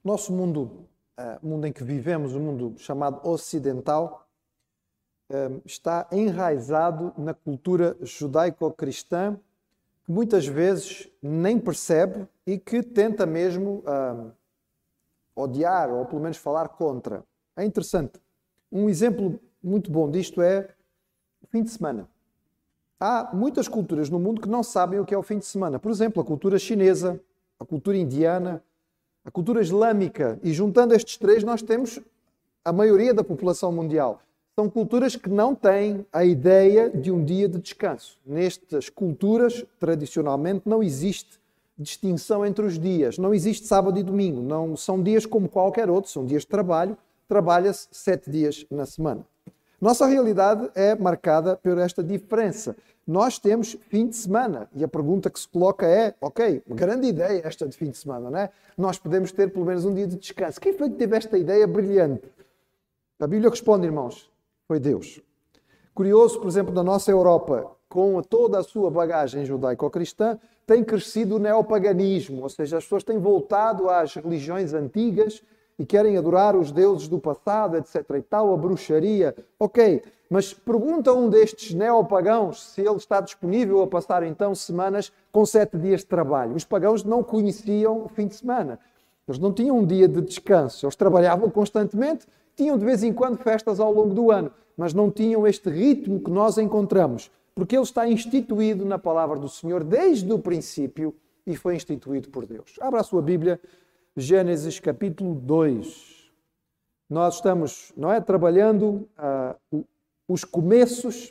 Nosso mundo, o mundo em que vivemos, o mundo chamado ocidental, está enraizado na cultura judaico-cristã, que muitas vezes nem percebe e que tenta mesmo odiar, ou pelo menos falar contra. É interessante. Um exemplo muito bom disto é o fim de semana. Há muitas culturas no mundo que não sabem o que é o fim de semana. Por exemplo, a cultura chinesa, a cultura indiana, a cultura islâmica. E juntando estes três, nós temos a maioria da população mundial. São culturas que não têm a ideia de um dia de descanso. Nestas culturas, tradicionalmente, não existe distinção entre os dias. Não existe sábado e domingo. Não são dias como qualquer outro, são dias de trabalho. Trabalha-se 7 dias na semana. Nossa realidade é marcada por esta diferença. Nós temos fim de semana e a pergunta que se coloca é, ok, uma grande ideia esta de fim de semana, não é? Nós podemos ter pelo menos um dia de descanso. Quem foi que teve esta ideia brilhante? A Bíblia responde, irmãos, foi Deus. Curioso, por exemplo, na nossa Europa, com toda a sua bagagem judaico-cristã, tem crescido o neopaganismo, ou seja, as pessoas têm voltado às religiões antigas e querem adorar os deuses do passado, etc. e tal, a bruxaria. Ok, mas pergunta a um destes neopagãos se ele está disponível a passar então semanas com 7 dias de trabalho. Os pagãos não conheciam o fim de semana. Eles não tinham um dia de descanso. Eles trabalhavam constantemente, tinham de vez em quando festas ao longo do ano, mas não tinham este ritmo que nós encontramos, porque ele está instituído na palavra do Senhor desde o princípio e foi instituído por Deus. Abra a sua Bíblia, Gênesis capítulo 2. Nós estamos, trabalhando os começos.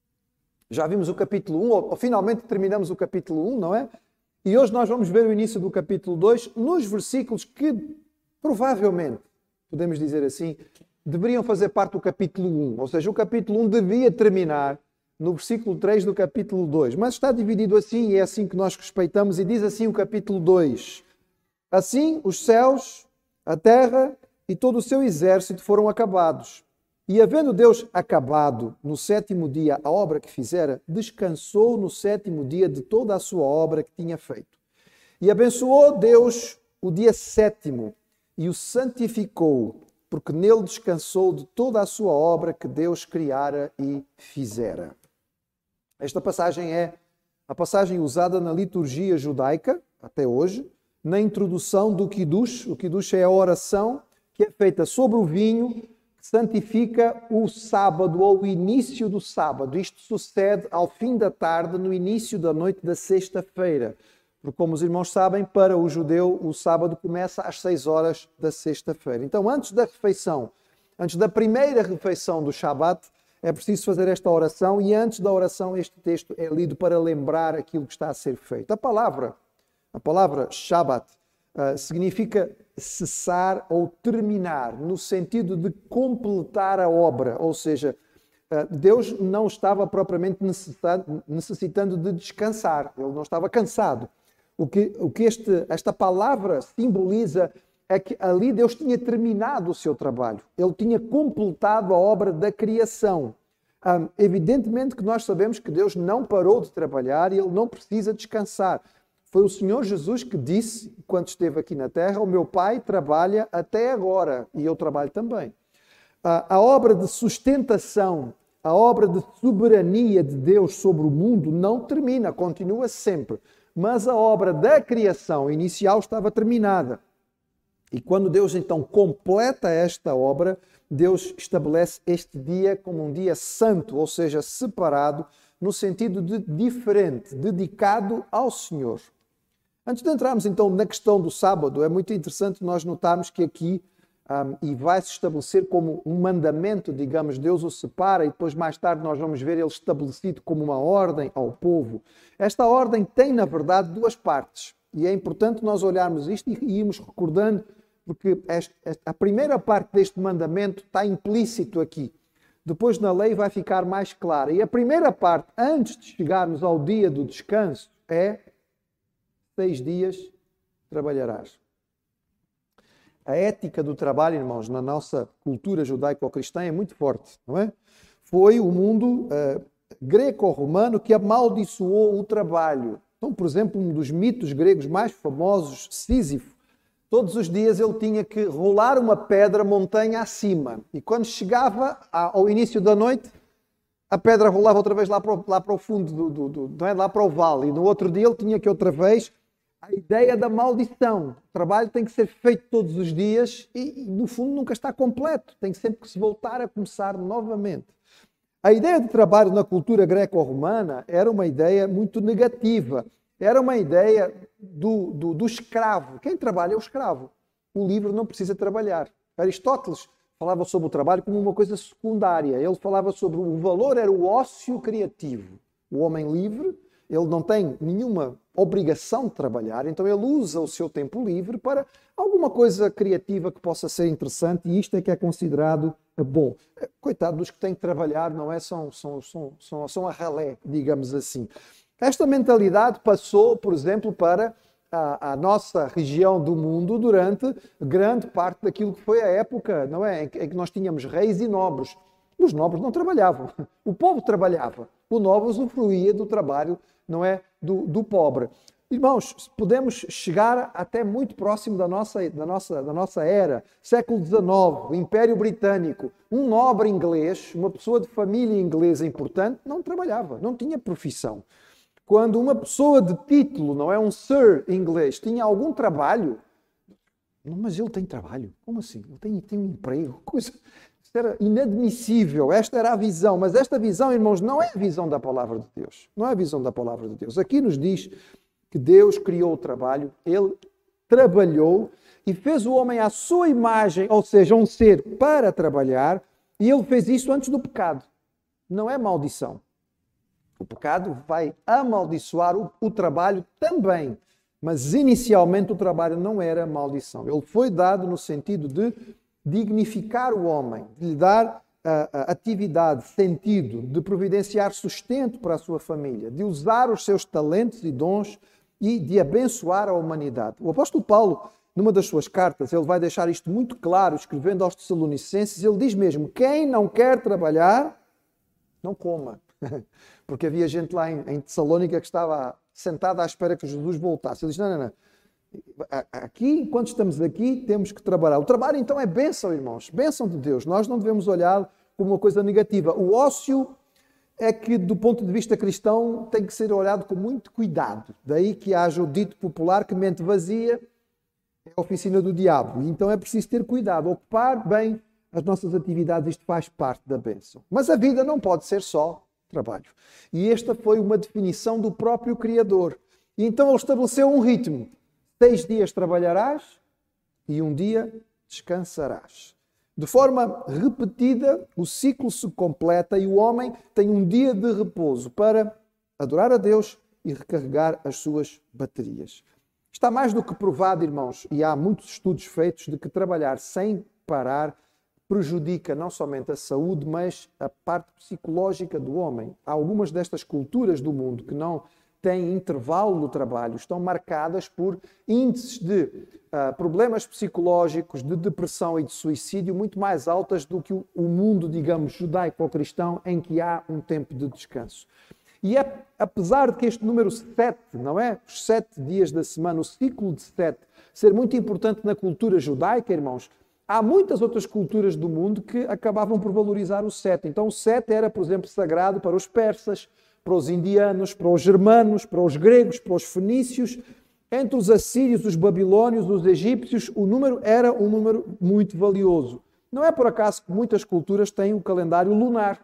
Já vimos o capítulo 1, ou finalmente terminamos o capítulo 1, não é? E hoje nós vamos ver o início do capítulo 2, nos versículos que provavelmente, podemos dizer assim, deveriam fazer parte do capítulo 1. Ou seja, o capítulo 1 devia terminar no versículo 3 do capítulo 2. Mas está dividido assim e é assim que nós respeitamos. E diz assim o capítulo 2. Assim, os céus, a terra e todo o seu exército foram acabados. E havendo Deus acabado no 7º dia a obra que fizera, descansou no 7º dia de toda a sua obra que tinha feito. E abençoou Deus o dia 7º e o santificou, porque nele descansou de toda a sua obra que Deus criara e fizera. Esta passagem é a passagem usada na liturgia judaica, até hoje, na introdução do Kiddush. O Kiddush é a oração que é feita sobre o vinho, que santifica o sábado ou o início do sábado. Isto sucede ao fim da tarde, no início da noite da sexta-feira. Porque, como os irmãos sabem, para o judeu o sábado começa às 6 horas da sexta-feira. Então, antes da refeição, antes da primeira refeição do Shabat, é preciso fazer esta oração e antes da oração este texto é lido para lembrar aquilo que está a ser feito. A palavra Shabat significa cessar ou terminar, no sentido de completar a obra. Ou seja, Deus não estava propriamente necessitando de descansar. Ele não estava cansado. O que esta palavra simboliza é que ali Deus tinha terminado o seu trabalho. Ele tinha completado a obra da criação. Evidentemente que nós sabemos que Deus não parou de trabalhar e Ele não precisa descansar. Foi o Senhor Jesus que disse, quando esteve aqui na terra, o meu Pai trabalha até agora e eu trabalho também. A obra de sustentação, a obra de soberania de Deus sobre o mundo não termina, continua sempre. Mas a obra da criação inicial estava terminada. E quando Deus então completa esta obra, Deus estabelece este dia como um dia santo, ou seja, separado, no sentido de diferente, dedicado ao Senhor. Antes de entrarmos então na questão do sábado, é muito interessante nós notarmos que aqui, e vai se estabelecer como um mandamento, digamos, Deus o separa e depois mais tarde nós vamos ver ele estabelecido como uma ordem ao povo. Esta ordem tem, na verdade, 2 partes e é importante nós olharmos isto e irmos recordando, porque a primeira parte deste mandamento está implícito aqui. Depois na lei vai ficar mais clara. E a primeira parte, antes de chegarmos ao dia do descanso, é 6 dias trabalharás. A ética do trabalho, irmãos, na nossa cultura judaico-cristã é muito forte, não é? Foi o mundo greco-romano que amaldiçoou o trabalho. Então, por exemplo, um dos mitos gregos mais famosos, Sísifo, Todos os dias ele tinha que rolar uma pedra montanha acima. E quando chegava ao início da noite, a pedra rolava outra vez lá para o fundo, não é? Lá para o vale. E no outro dia ele tinha que outra vez a ideia da maldição. O trabalho tem que ser feito todos os dias e no fundo nunca está completo. Tem sempre que se voltar a começar novamente. A ideia de trabalho na cultura greco-romana era uma ideia muito negativa. Era uma ideia do escravo. Quem trabalha é o escravo. O livre não precisa trabalhar. Aristóteles falava sobre o trabalho como uma coisa secundária. Ele falava sobre o valor, era o ócio criativo. O homem livre, ele não tem nenhuma obrigação de trabalhar, então ele usa o seu tempo livre para alguma coisa criativa que possa ser interessante, e isto é que é considerado bom. Coitado dos que têm que trabalhar, não é? São a ralé, digamos assim. Esta mentalidade passou, por exemplo, para a nossa região do mundo durante grande parte daquilo que foi a época, não é? Em que nós tínhamos reis e nobres. Os nobres não trabalhavam, o povo trabalhava, o nobre usufruía do trabalho, não é? Do pobre. Irmãos, podemos chegar até muito próximo da nossa era, século XIX, o Império Britânico. Um nobre inglês, uma pessoa de família inglesa importante, não trabalhava, não tinha profissão. Quando uma pessoa de título, não é, um Sir inglês, tinha algum trabalho, não, mas ele tem trabalho, como assim? Ele tem um emprego, coisa... Isto era inadmissível, esta era a visão, mas esta visão, irmãos, não é a visão da palavra de Deus, não é a visão da palavra de Deus. Aqui nos diz que Deus criou o trabalho, Ele trabalhou e fez o homem à sua imagem, ou seja, um ser para trabalhar, e Ele fez isso antes do pecado. Não é maldição. O pecado vai amaldiçoar o trabalho também, mas inicialmente o trabalho não era maldição. Ele foi dado no sentido de dignificar o homem, de lhe dar atividade, sentido, de providenciar sustento para a sua família, de usar os seus talentos e dons e de abençoar a humanidade. O apóstolo Paulo, numa das suas cartas, ele vai deixar isto muito claro, escrevendo aos Tessalonicenses, ele diz mesmo: quem não quer trabalhar, não coma. Porque havia gente lá em Tessalónica que estava sentada à espera que Jesus voltasse. Ele diz: não. Aqui, enquanto estamos aqui, temos que trabalhar. O trabalho, então, é bênção, irmãos. Bênção de Deus. Nós não devemos olhar como uma coisa negativa. O ócio é que, do ponto de vista cristão, tem que ser olhado com muito cuidado. Daí que haja o dito popular que mente vazia é a oficina do diabo. E então é preciso ter cuidado, ocupar bem as nossas atividades. Isto faz parte da bênção. Mas a vida não pode ser só trabalho. E esta foi uma definição do próprio Criador. E então ele estabeleceu um ritmo. 6 dias trabalharás e um dia descansarás. De forma repetida, o ciclo se completa e o homem tem um dia de repouso para adorar a Deus e recarregar as suas baterias. Está mais do que provado, irmãos, e há muitos estudos feitos de que trabalhar sem parar prejudica não somente a saúde, mas a parte psicológica do homem. Há algumas destas culturas do mundo que não têm intervalo no trabalho, estão marcadas por índices de problemas psicológicos, de depressão e de suicídio muito mais altas do que o mundo, digamos, judaico-cristão, em que há um tempo de descanso. E apesar de que este número 7, não é? Os 7 dias da semana, o ciclo de 7, ser muito importante na cultura judaica, irmãos, há muitas outras culturas do mundo que acabavam por valorizar o 7. Então o 7 era, por exemplo, sagrado para os persas, para os indianos, para os germanos, para os gregos, para os fenícios. Entre os assírios, os babilônios, os egípcios, o número era um número muito valioso. Não é por acaso que muitas culturas têm um calendário lunar.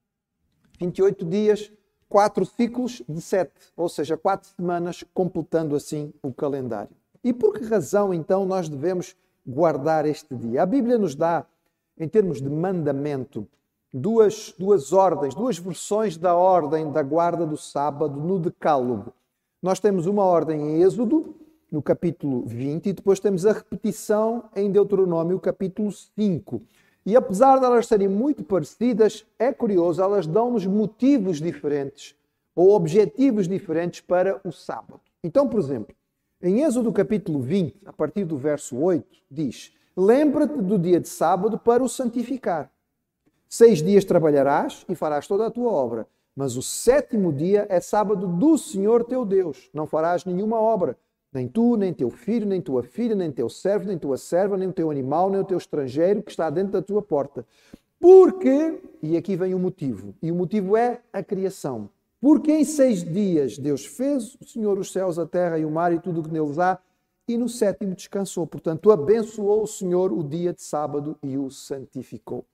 28 dias, 4 ciclos de 7, ou seja, 4 semanas, completando assim o calendário. E por que razão, então, nós devemos guardar este dia? A Bíblia nos dá, em termos de mandamento, duas ordens, duas versões da ordem da guarda do sábado no Decálogo. Nós temos uma ordem em Êxodo, no capítulo 20, e depois temos a repetição em Deuteronômio, capítulo 5. E apesar de elas serem muito parecidas, é curioso, elas dão-nos motivos diferentes ou objetivos diferentes para o sábado. Então, por exemplo, em Êxodo capítulo 20, a partir do verso 8, diz: lembra-te do dia de sábado para o santificar. 6 dias trabalharás e farás toda a tua obra, mas o 7º dia é sábado do Senhor teu Deus. Não farás nenhuma obra, Nem tu, nem teu filho, nem tua filha, nem teu servo, nem tua serva, nem o teu animal, nem o teu estrangeiro que está dentro da tua porta. Porque, e aqui vem o motivo, e o motivo é a criação. Porque em 6 dias Deus fez o Senhor os céus, a terra e o mar e tudo o que neles há, e no 7º descansou. Portanto, abençoou o Senhor o dia de sábado e o santificou.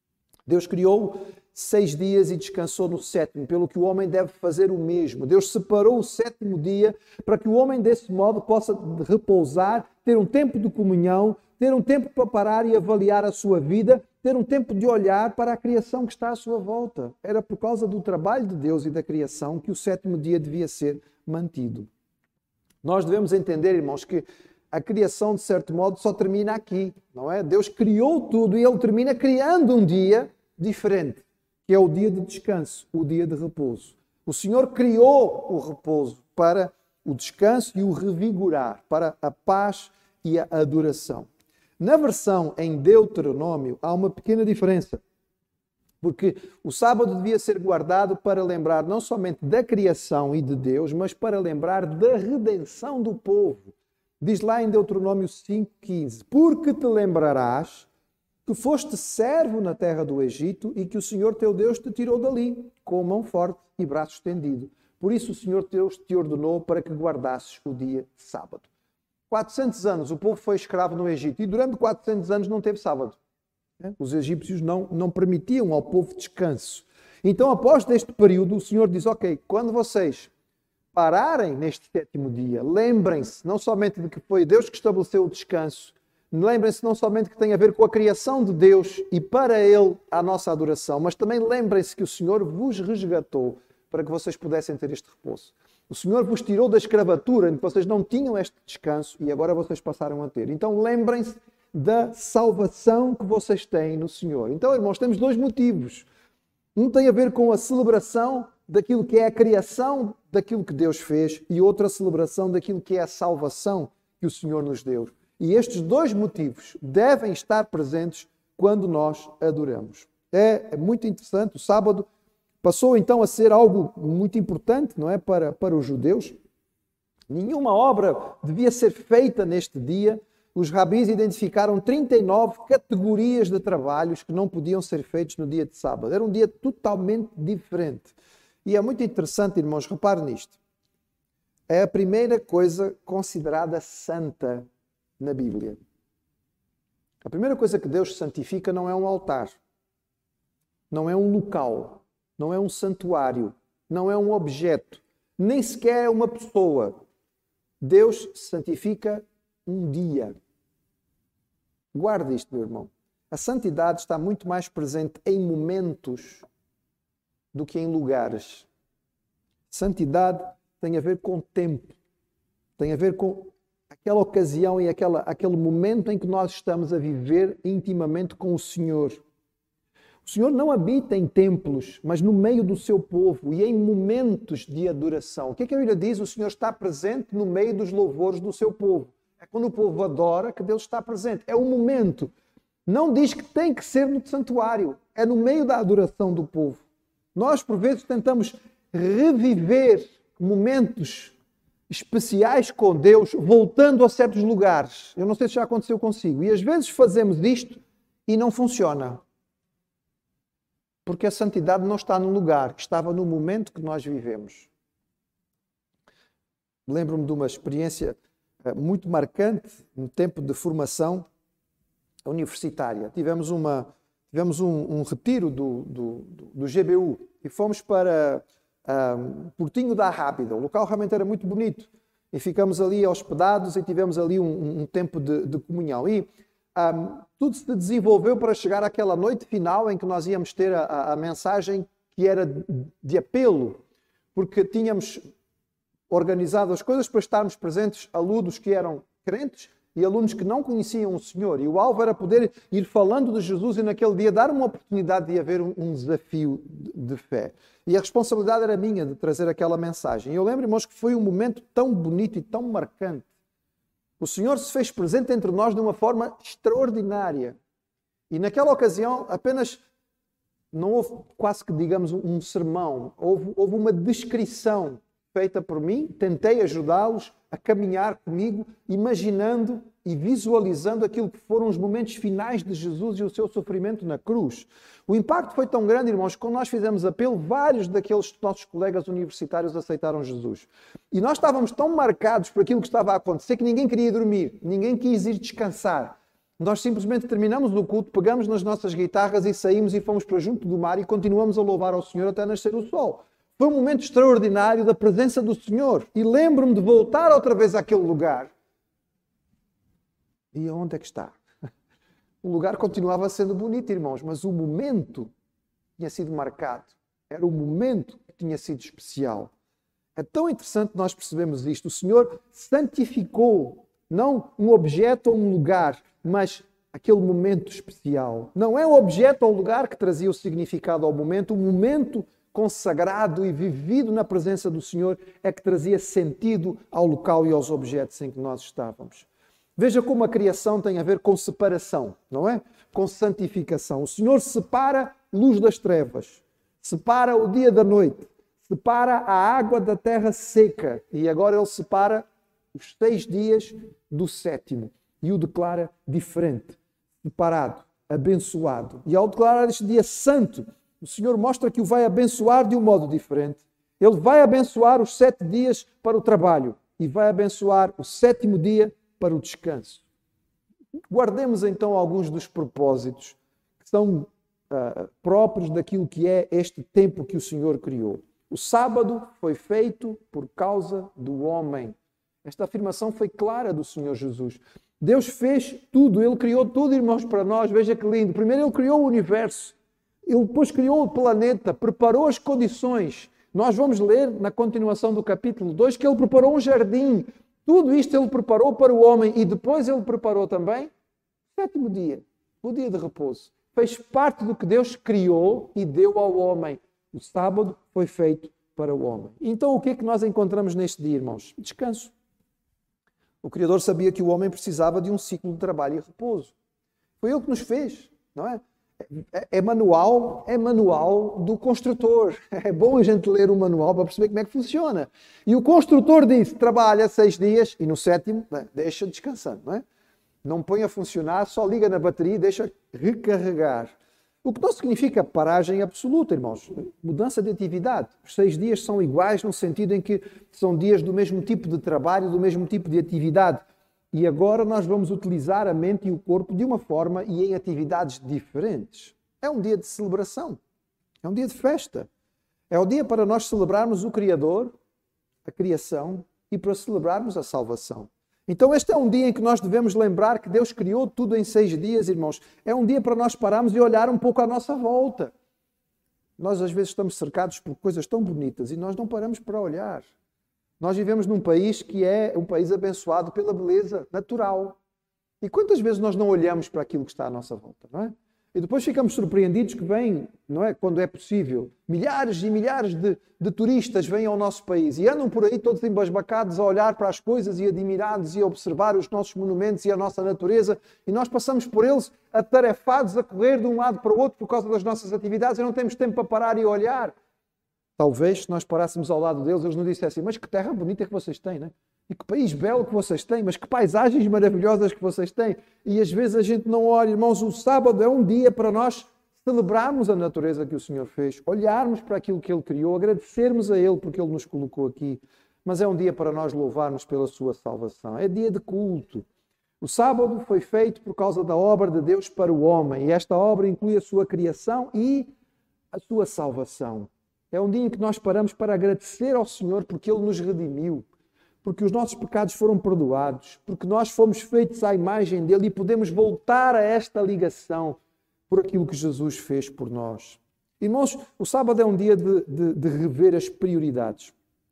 Deus criou 6 dias e descansou no 7º, pelo que o homem deve fazer o mesmo. Deus separou o 7º dia para que o homem, desse modo, possa repousar, ter um tempo de comunhão, ter um tempo para parar e avaliar a sua vida, ter um tempo de olhar para a criação que está à sua volta. Era por causa do trabalho de Deus e da criação que o 7º dia devia ser mantido. Nós devemos entender, irmãos, que a criação, de certo modo, só termina aqui, não é? Deus criou tudo e Ele termina criando um dia diferente, que é o dia de descanso, o dia de repouso. O Senhor criou o repouso para o descanso e o revigorar, para a paz e a adoração. Na versão em Deuteronômio há uma pequena diferença, porque o sábado devia ser guardado para lembrar não somente da criação e de Deus, mas para lembrar da redenção do povo. Diz lá em Deuteronômio 5,15: porque te lembrarás que foste servo na terra do Egito e que o Senhor teu Deus te tirou dali, com mão forte e braço estendido. Por isso o Senhor Deus te ordenou para que guardasses o dia de sábado. 400 anos o povo foi escravo no Egito e durante 400 anos não teve sábado. Os egípcios não permitiam ao povo descanso. Então, após este período, o Senhor diz: ok, quando vocês pararem neste 7º dia, lembrem-se não somente de que foi Deus que estabeleceu o descanso, lembrem-se não somente que tem a ver com a criação de Deus e para Ele a nossa adoração, mas também lembrem-se que o Senhor vos resgatou para que vocês pudessem ter este repouso. O Senhor vos tirou da escravatura em que vocês não tinham este descanso e agora vocês passaram a ter. Então lembrem-se da salvação que vocês têm no Senhor. Então, irmãos, temos 2 motivos. Um tem a ver com a celebração daquilo que é a criação daquilo que Deus fez e outro a celebração daquilo que é a salvação que o Senhor nos deu. E estes 2 motivos devem estar presentes quando nós adoramos. É muito interessante. O sábado passou então a ser algo muito importante, não é, para os judeus. Nenhuma obra devia ser feita neste dia. Os rabis identificaram 39 categorias de trabalhos que não podiam ser feitos no dia de sábado. Era um dia totalmente diferente. E é muito interessante, irmãos, reparem nisto. É a primeira coisa considerada santa na Bíblia. A primeira coisa que Deus santifica não é um altar, não é um local, não é um santuário, não é um objeto, nem sequer é uma pessoa. Deus santifica um dia. Guarde isto, meu irmão. A santidade está muito mais presente em momentos do que em lugares. Santidade tem a ver com tempo, tem a ver com aquela ocasião e aquele momento em que nós estamos a viver intimamente com o Senhor. O Senhor não habita em templos, mas no meio do seu povo e em momentos de adoração. O que é que a Bíblia diz? O Senhor está presente no meio dos louvores do seu povo. É quando o povo adora que Deus está presente. É o momento. Não diz que tem que ser no santuário. É no meio da adoração do povo. Nós, por vezes, tentamos reviver momentos especiais com Deus, voltando a certos lugares. Eu não sei se já aconteceu consigo. E às vezes fazemos isto e não funciona. Porque a santidade não está no lugar, estava no momento que nós vivemos. Lembro-me de uma experiência muito marcante no tempo de formação universitária. Tivemos um retiro do GBU e fomos para Portinho da Rápida. O local realmente era muito bonito e ficamos ali hospedados e tivemos ali um tempo de comunhão. E tudo se desenvolveu para chegar àquela noite final em que nós íamos ter a mensagem que era de apelo, porque tínhamos organizado as coisas para estarmos presentes alunos que eram crentes e alunos que não conheciam o Senhor. E o alvo era poder ir falando de Jesus e naquele dia dar uma oportunidade de haver um desafio de fé. E a responsabilidade era minha de trazer aquela mensagem. E eu lembro, irmãos, que foi um momento tão bonito e tão marcante. O Senhor se fez presente entre nós de uma forma extraordinária. E naquela ocasião apenas não houve quase que, digamos, um sermão. Houve uma descrição feita por mim. Tentei ajudá-los a caminhar comigo, imaginando e visualizando aquilo que foram os momentos finais de Jesus e o seu sofrimento na cruz. O impacto foi tão grande, irmãos, que quando nós fizemos apelo, vários daqueles nossos colegas universitários aceitaram Jesus. E nós estávamos tão marcados por aquilo que estava a acontecer que ninguém queria dormir, ninguém quis ir descansar. Nós simplesmente terminamos o culto, pegamos nas nossas guitarras e saímos e fomos para junto do mar e continuamos a louvar ao Senhor até nascer o sol. Foi um momento extraordinário da presença do Senhor. E lembro-me de voltar outra vez àquele lugar. E onde é que está? O lugar continuava sendo bonito, irmãos, mas o momento tinha sido marcado. Era o momento que tinha sido especial. É tão interessante nós percebemos isto. O Senhor santificou, não um objeto ou um lugar, mas aquele momento especial. Não é o objeto ou o lugar que trazia o significado ao momento, o momento consagrado e vivido na presença do Senhor é que trazia sentido ao local e aos objetos em que nós estávamos. Veja como a criação tem a ver com separação, não é? Com santificação. O Senhor separa luz das trevas, separa o dia da noite, separa a água da terra seca e agora Ele separa os 6 dias do 7º e o declara diferente, separado, abençoado. E ao declarar este dia santo, o Senhor mostra que o vai abençoar de um modo diferente. Ele vai abençoar os 7 dias para o trabalho e vai abençoar o 7º dia para o descanso. Guardemos então alguns dos propósitos que são próprios daquilo que é este tempo que o Senhor criou. O sábado foi feito por causa do homem. Esta afirmação foi clara do Senhor Jesus. Deus fez tudo, Ele criou tudo, irmãos, para nós. Veja que lindo. Primeiro Ele criou o universo. Ele depois criou o planeta, preparou as condições. Nós vamos ler na continuação do capítulo 2 que Ele preparou um jardim. Tudo isto Ele preparou para o homem e depois Ele preparou também o 7º dia, o dia de repouso. Fez parte do que Deus criou e deu ao homem. O sábado foi feito para o homem. Então o que é que nós encontramos neste dia, irmãos? Descanso. O Criador sabia que o homem precisava de um ciclo de trabalho e repouso. Foi Ele que nos fez, não é? É manual do construtor. É bom a gente ler o manual para perceber como é que funciona. E o construtor disse, trabalha 6 dias e no 7º, deixa descansando, não é? Não põe a funcionar, só liga na bateria e deixa recarregar. O que não significa paragem absoluta, irmãos. Mudança de atividade. Os 6 dias são iguais no sentido em que são dias do mesmo tipo de trabalho, do mesmo tipo de atividade. E agora nós vamos utilizar a mente e o corpo de uma forma e em atividades diferentes. É um dia de celebração. É um dia de festa. É o dia para nós celebrarmos o Criador, a criação e para celebrarmos a salvação. Então este é um dia em que nós devemos lembrar que Deus criou tudo em 6 dias, irmãos. É um dia para nós pararmos e olhar um pouco à nossa volta. Nós às vezes estamos cercados por coisas tão bonitas e nós não paramos para olhar. Nós vivemos num país que é um país abençoado pela beleza natural. E quantas vezes nós não olhamos para aquilo que está à nossa volta, não é? E depois ficamos surpreendidos que vêm, não é? Quando é possível, milhares e milhares de turistas vêm ao nosso país e andam por aí todos embasbacados a olhar para as coisas e admirados e a observar os nossos monumentos e a nossa natureza e nós passamos por eles atarefados a correr de um lado para o outro por causa das nossas atividades e não temos tempo para parar e olhar. Talvez se nós parássemos ao lado deles, eles nos dissessem, mas que terra bonita que vocês têm, não é? E que país belo que vocês têm, mas que paisagens maravilhosas que vocês têm. E às vezes a gente não olha, irmãos, o sábado é um dia para nós celebrarmos a natureza que o Senhor fez, olharmos para aquilo que Ele criou, agradecermos a Ele porque Ele nos colocou aqui. Mas é um dia para nós louvarmos pela sua salvação. É dia de culto. O sábado foi feito por causa da obra de Deus para o homem. E esta obra inclui a sua criação e a sua salvação. É um dia em que nós paramos para agradecer ao Senhor porque Ele nos redimiu, porque os nossos pecados foram perdoados, porque nós fomos feitos à imagem dEle e podemos voltar a esta ligação por aquilo que Jesus fez por nós. Irmãos, o sábado é um dia de rever as prioridades.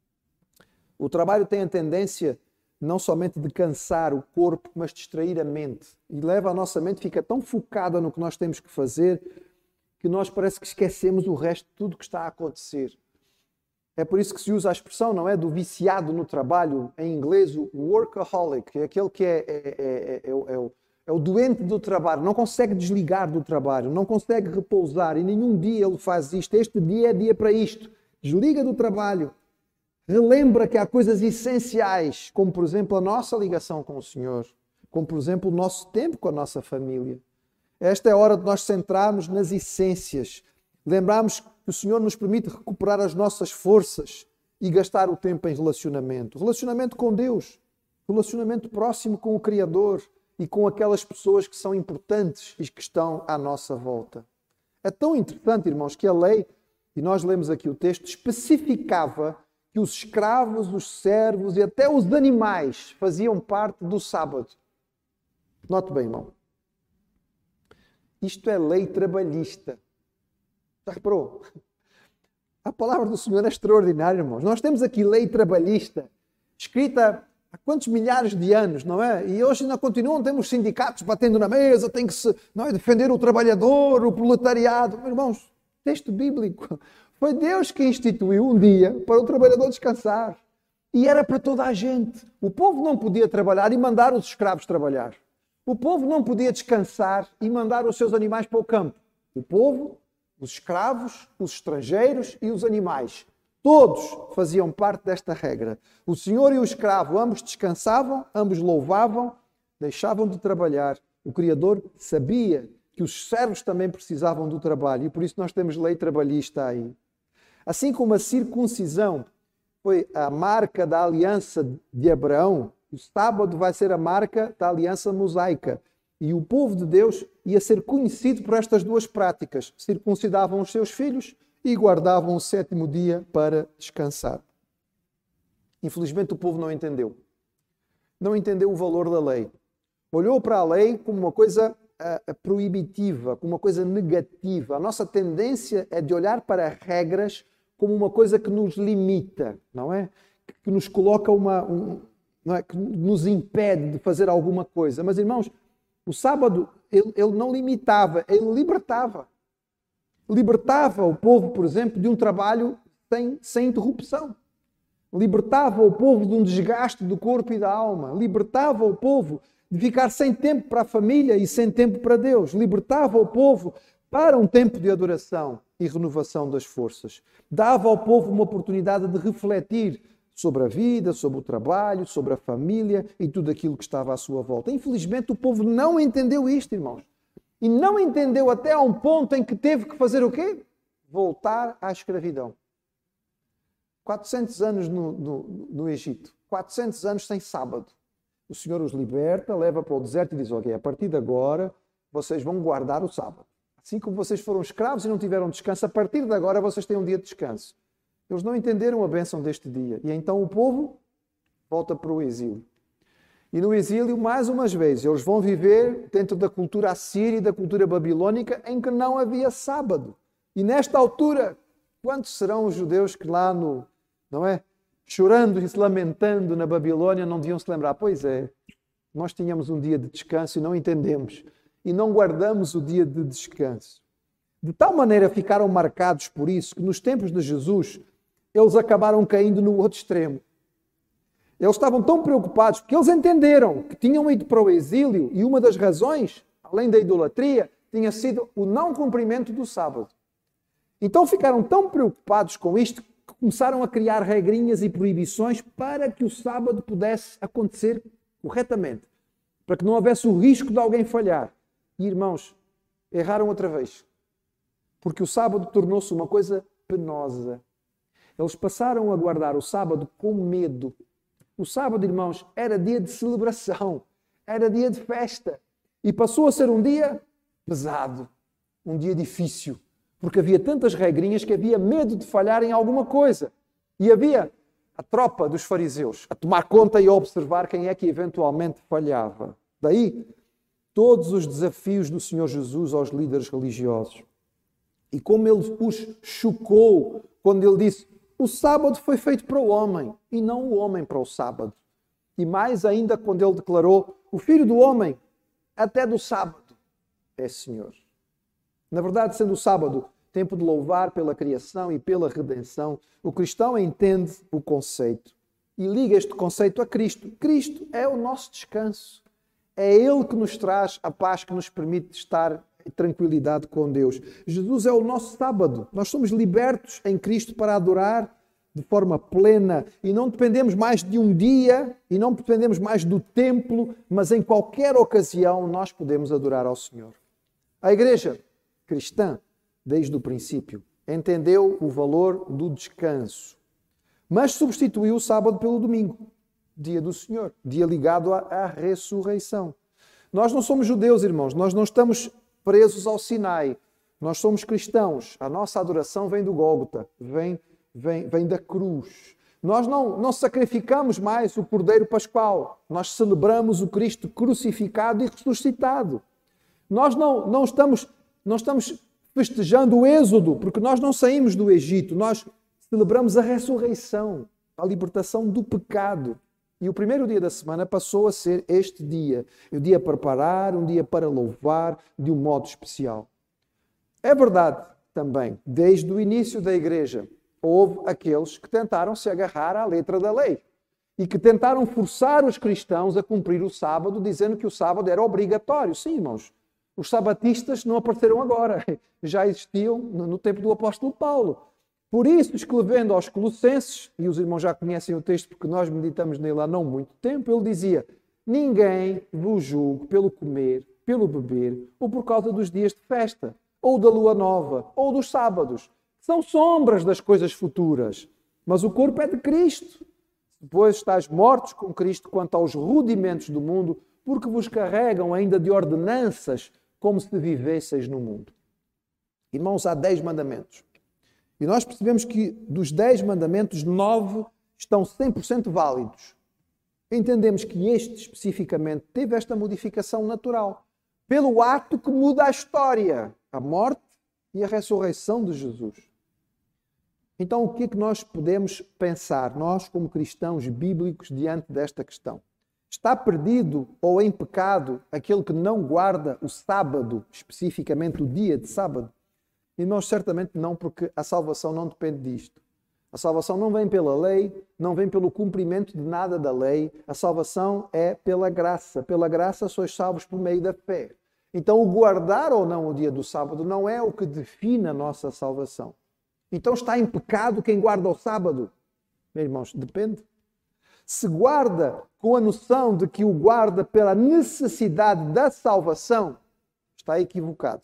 O trabalho tem a tendência não somente de cansar o corpo, mas distrair a mente. E leva a nossa mente, fica tão focada no que nós temos que fazer, que nós parece que esquecemos o resto de tudo que está a acontecer. É por isso que se usa a expressão, não é? Do viciado no trabalho, em inglês, o workaholic, é aquele que é o doente do trabalho, não consegue desligar do trabalho, não consegue repousar e nenhum dia ele faz isto. Este dia é dia para isto. Desliga do trabalho, relembra que há coisas essenciais, como por exemplo a nossa ligação com o Senhor, como por exemplo o nosso tempo com a nossa família. Esta é a hora de nós centrarmos nas essências, lembrarmos que o Senhor nos permite recuperar as nossas forças e gastar o tempo em relacionamento. Relacionamento com Deus, relacionamento próximo com o Criador e com aquelas pessoas que são importantes e que estão à nossa volta. É tão interessante, irmãos, que a lei, e nós lemos aqui o texto, especificava que os escravos, os servos e até os animais faziam parte do sábado. Note bem, irmão. Isto é lei trabalhista. Já reparou? A palavra do Senhor é extraordinária, irmãos. Nós temos aqui lei trabalhista, escrita há quantos milhares de anos, não é? E hoje ainda continuam, temos sindicatos batendo na mesa, tem que se defender o trabalhador, o proletariado. Irmãos, texto bíblico. Foi Deus que instituiu um dia para o trabalhador descansar. E era para toda a gente. O povo não podia trabalhar e mandar os escravos trabalhar. O povo não podia descansar e mandar os seus animais para o campo. O povo, os escravos, os estrangeiros e os animais. Todos faziam parte desta regra. O senhor e o escravo, ambos descansavam, ambos louvavam, deixavam de trabalhar. O Criador sabia que os servos também precisavam do trabalho e por isso nós temos lei trabalhista aí. Assim como a circuncisão foi a marca da aliança de Abraão, o sábado vai ser a marca da aliança mosaica. E o povo de Deus ia ser conhecido por estas duas práticas. Circuncidavam os seus filhos e guardavam o sétimo dia para descansar. Infelizmente o povo não entendeu. Não entendeu o valor da lei. Olhou para a lei como uma coisa proibitiva, como uma coisa negativa. A nossa tendência é de olhar para regras como uma coisa que nos limita, não é? Que nos coloca não é? Que nos impede de fazer alguma coisa. Mas, irmãos, o sábado, ele não limitava, ele libertava. Libertava o povo, por exemplo, de um trabalho sem interrupção. Libertava o povo de um desgaste do corpo e da alma. Libertava o povo de ficar sem tempo para a família e sem tempo para Deus. Libertava o povo para um tempo de adoração e renovação das forças. Dava ao povo uma oportunidade de refletir sobre a vida, sobre o trabalho, sobre a família e tudo aquilo que estava à sua volta. Infelizmente, o povo não entendeu isto, irmãos. E não entendeu até a um ponto em que teve que fazer o quê? Voltar à escravidão. 400 anos no Egito. 400 anos sem sábado. O Senhor os liberta, leva para o deserto e diz, ok, a partir de agora vocês vão guardar o sábado. Assim como vocês foram escravos e não tiveram descanso, a partir de agora vocês têm um dia de descanso. Eles não entenderam a bênção deste dia. E então o povo volta para o exílio. E no exílio, mais umas vezes, eles vão viver dentro da cultura assíria e da cultura babilônica em que não havia sábado. E nesta altura, quantos serão os judeus que lá não é? Chorando e se lamentando na Babilônia, não deviam se lembrar? Pois é, nós tínhamos um dia de descanso e não entendemos. E não guardamos o dia de descanso. De tal maneira ficaram marcados por isso que nos tempos de Jesus, eles acabaram caindo no outro extremo. Eles estavam tão preocupados porque eles entenderam que tinham ido para o exílio e uma das razões, além da idolatria, tinha sido o não cumprimento do sábado. Então ficaram tão preocupados com isto que começaram a criar regrinhas e proibições para que o sábado pudesse acontecer corretamente, para que não houvesse o risco de alguém falhar. E, irmãos, erraram outra vez, porque o sábado tornou-se uma coisa penosa. Eles passaram a guardar o sábado com medo. O sábado, irmãos, era dia de celebração, era dia de festa. E passou a ser um dia pesado, um dia difícil, porque havia tantas regrinhas que havia medo de falhar em alguma coisa. E havia a tropa dos fariseus a tomar conta e a observar quem é que eventualmente falhava. Daí, todos os desafios do Senhor Jesus aos líderes religiosos. E como ele os chocou quando ele disse: o sábado foi feito para o homem e não o homem para o sábado. E mais ainda quando ele declarou: o Filho do Homem, até do sábado, é Senhor. Na verdade, sendo o sábado tempo de louvar pela criação e pela redenção, o cristão entende o conceito e liga este conceito a Cristo. Cristo é o nosso descanso. É Ele que nos traz a paz que nos permite estar em tranquilidade com Deus. Jesus é o nosso sábado. Nós somos libertos em Cristo para adorar, de forma plena e não dependemos mais de um dia e não dependemos mais do templo, mas em qualquer ocasião nós podemos adorar ao Senhor. A igreja cristã, desde o princípio, entendeu o valor do descanso, mas substituiu o sábado pelo domingo, dia do Senhor, dia ligado à ressurreição. Nós não somos judeus, irmãos, nós não estamos presos ao Sinai, nós somos cristãos, a nossa adoração vem do Gólgota, vem da cruz. Nós não sacrificamos mais o Cordeiro Pascual, nós celebramos o Cristo crucificado e ressuscitado. Nós não estamos festejando o Êxodo, porque nós não saímos do Egito, nós celebramos a ressurreição, a libertação do pecado. E o primeiro dia da semana passou a ser este dia. Um dia para parar, um dia para louvar de um modo especial. É verdade também, desde o início da igreja, houve aqueles que tentaram se agarrar à letra da lei e que tentaram forçar os cristãos a cumprir o sábado, dizendo que o sábado era obrigatório. Sim, irmãos, os sabatistas não apareceram agora, já existiam no tempo do apóstolo Paulo. Por isso, escrevendo aos Colossenses, e os irmãos já conhecem o texto porque nós meditamos nele há não muito tempo, ele dizia: ninguém vos julgue pelo comer, pelo beber, ou por causa dos dias de festa, ou da lua nova, ou dos sábados. São sombras das coisas futuras, mas o corpo é de Cristo. Depois estáis mortos com Cristo quanto aos rudimentos do mundo, porque vos carregam ainda de ordenanças, como se vivesseis no mundo. Irmãos, há 10 mandamentos. E nós percebemos que dos 10 mandamentos, 9 estão 100% válidos. Entendemos que este especificamente teve esta modificação natural, pelo ato que muda a história, a morte e a ressurreição de Jesus. Então, o que é que nós podemos pensar, nós como cristãos bíblicos, diante desta questão? Está perdido ou em pecado aquele que não guarda o sábado, especificamente o dia de sábado? E nós certamente não, porque a salvação não depende disto. A salvação não vem pela lei, não vem pelo cumprimento de nada da lei. A salvação é pela graça. Pela graça sois salvos por meio da fé. Então, o guardar ou não o dia do sábado não é o que define a nossa salvação. Então, está em pecado quem guarda o sábado? Meus irmãos, depende. Se guarda com a noção de que o guarda pela necessidade da salvação, está equivocado.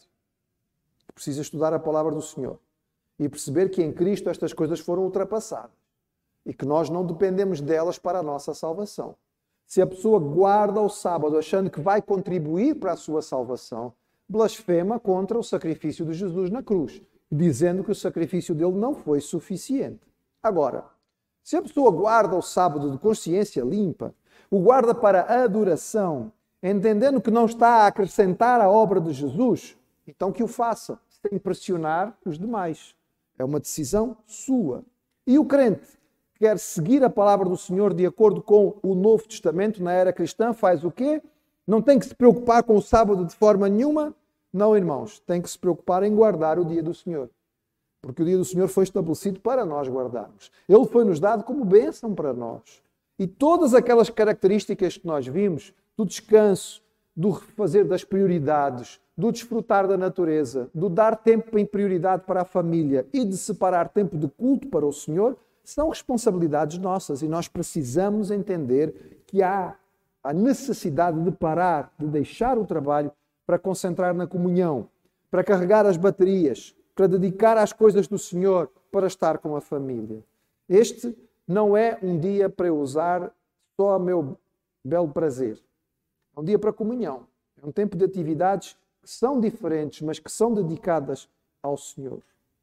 Precisa estudar a palavra do Senhor e perceber que em Cristo estas coisas foram ultrapassadas e que nós não dependemos delas para a nossa salvação. Se a pessoa guarda o sábado achando que vai contribuir para a sua salvação, blasfema contra o sacrifício de Jesus na cruz, dizendo que o sacrifício dele não foi suficiente. Agora, se a pessoa guarda o sábado de consciência limpa, o guarda para a adoração, entendendo que não está a acrescentar à obra de Jesus, então que o faça, sem pressionar os demais. É uma decisão sua. E o crente que quer seguir a palavra do Senhor de acordo com o Novo Testamento na era cristã, faz o quê? Não tem que se preocupar com o sábado de forma nenhuma? Não, irmãos, tem que se preocupar em guardar o dia do Senhor. Porque o dia do Senhor foi estabelecido para nós guardarmos. Ele foi-nos dado como bênção para nós. E todas aquelas características que nós vimos, do descanso, do refazer das prioridades, do desfrutar da natureza, do dar tempo em prioridade para a família e de separar tempo de culto para o Senhor, são responsabilidades nossas e nós precisamos entender que há a necessidade de parar, de deixar o trabalho para concentrar na comunhão, para carregar as baterias, para dedicar às coisas do Senhor, para estar com a família. Este não é um dia para eu usar só a meu belo prazer. É um dia para comunhão. É um tempo de atividades que são diferentes, mas que são dedicadas ao Senhor.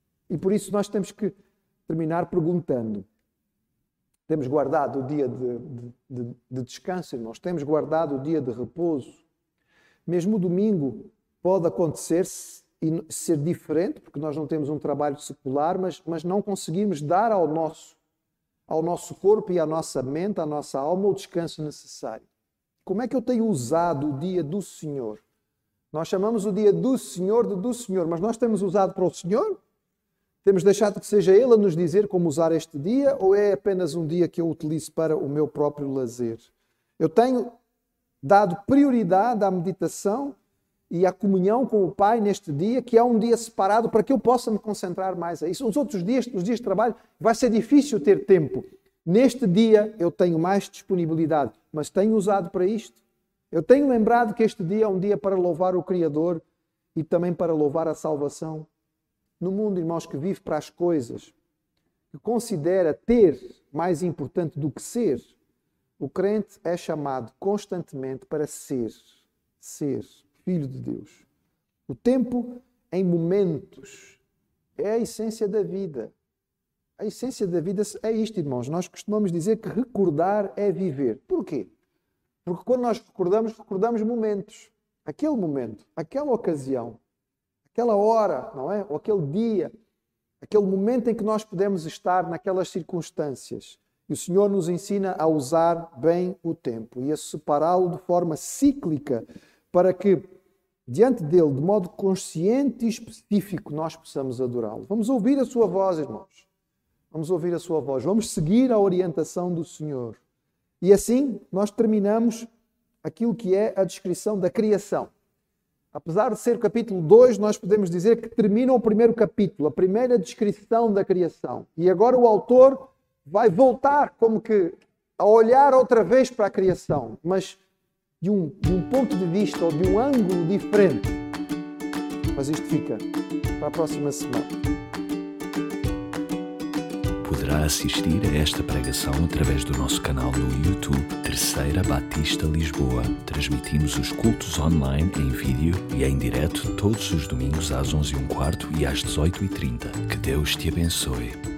E por isso nós temos que terminar perguntando. Temos guardado o dia de descanso, irmãos? Temos guardado o dia de repouso? Mesmo o domingo pode acontecer e ser diferente, porque nós não temos um trabalho secular, mas não conseguimos dar ao nosso corpo e à nossa mente, à nossa alma, o descanso necessário. Como é que eu tenho usado o dia do Senhor? Nós chamamos o dia do Senhor de do Senhor, mas nós temos usado para o Senhor? Temos deixado que seja Ele a nos dizer como usar este dia, ou é apenas um dia que eu utilizo para o meu próprio lazer? Eu tenho dado prioridade à meditação e a comunhão com o Pai neste dia, que é um dia separado para que eu possa me concentrar mais a isso. Os outros dias, os dias de trabalho, vai ser difícil ter tempo. Neste dia eu tenho mais disponibilidade, mas tenho usado para isto. Eu tenho lembrado que este dia é um dia para louvar o Criador e também para louvar a salvação. No mundo, irmãos, que vive para as coisas, que considera ter mais importante do que ser, o crente é chamado constantemente para ser filho de Deus. O tempo em momentos é a essência da vida. A essência da vida é isto, irmãos. Nós costumamos dizer que recordar é viver. Porquê? Porque quando nós recordamos momentos. Aquele momento, aquela ocasião, aquela hora, não é? Ou aquele dia, aquele momento em que nós podemos estar naquelas circunstâncias. E o Senhor nos ensina a usar bem o tempo e a separá-lo de forma cíclica para que, diante dele, de modo consciente e específico, nós possamos adorá-lo. Vamos ouvir a sua voz, irmãos. Vamos ouvir a sua voz. Vamos seguir a orientação do Senhor. E assim, nós terminamos aquilo que é a descrição da criação. Apesar de ser o capítulo 2, nós podemos dizer que termina o primeiro capítulo, a primeira descrição da criação. E agora o autor vai voltar como que a olhar outra vez para a criação, mas de um ponto de vista ou de um ângulo diferente. Mas isto fica para a próxima semana. Poderá assistir a esta pregação através do nosso canal no YouTube, Terceira Batista Lisboa. Transmitimos os cultos online em vídeo e em direto todos os domingos às 11h15 e às 18h30. Que Deus te abençoe.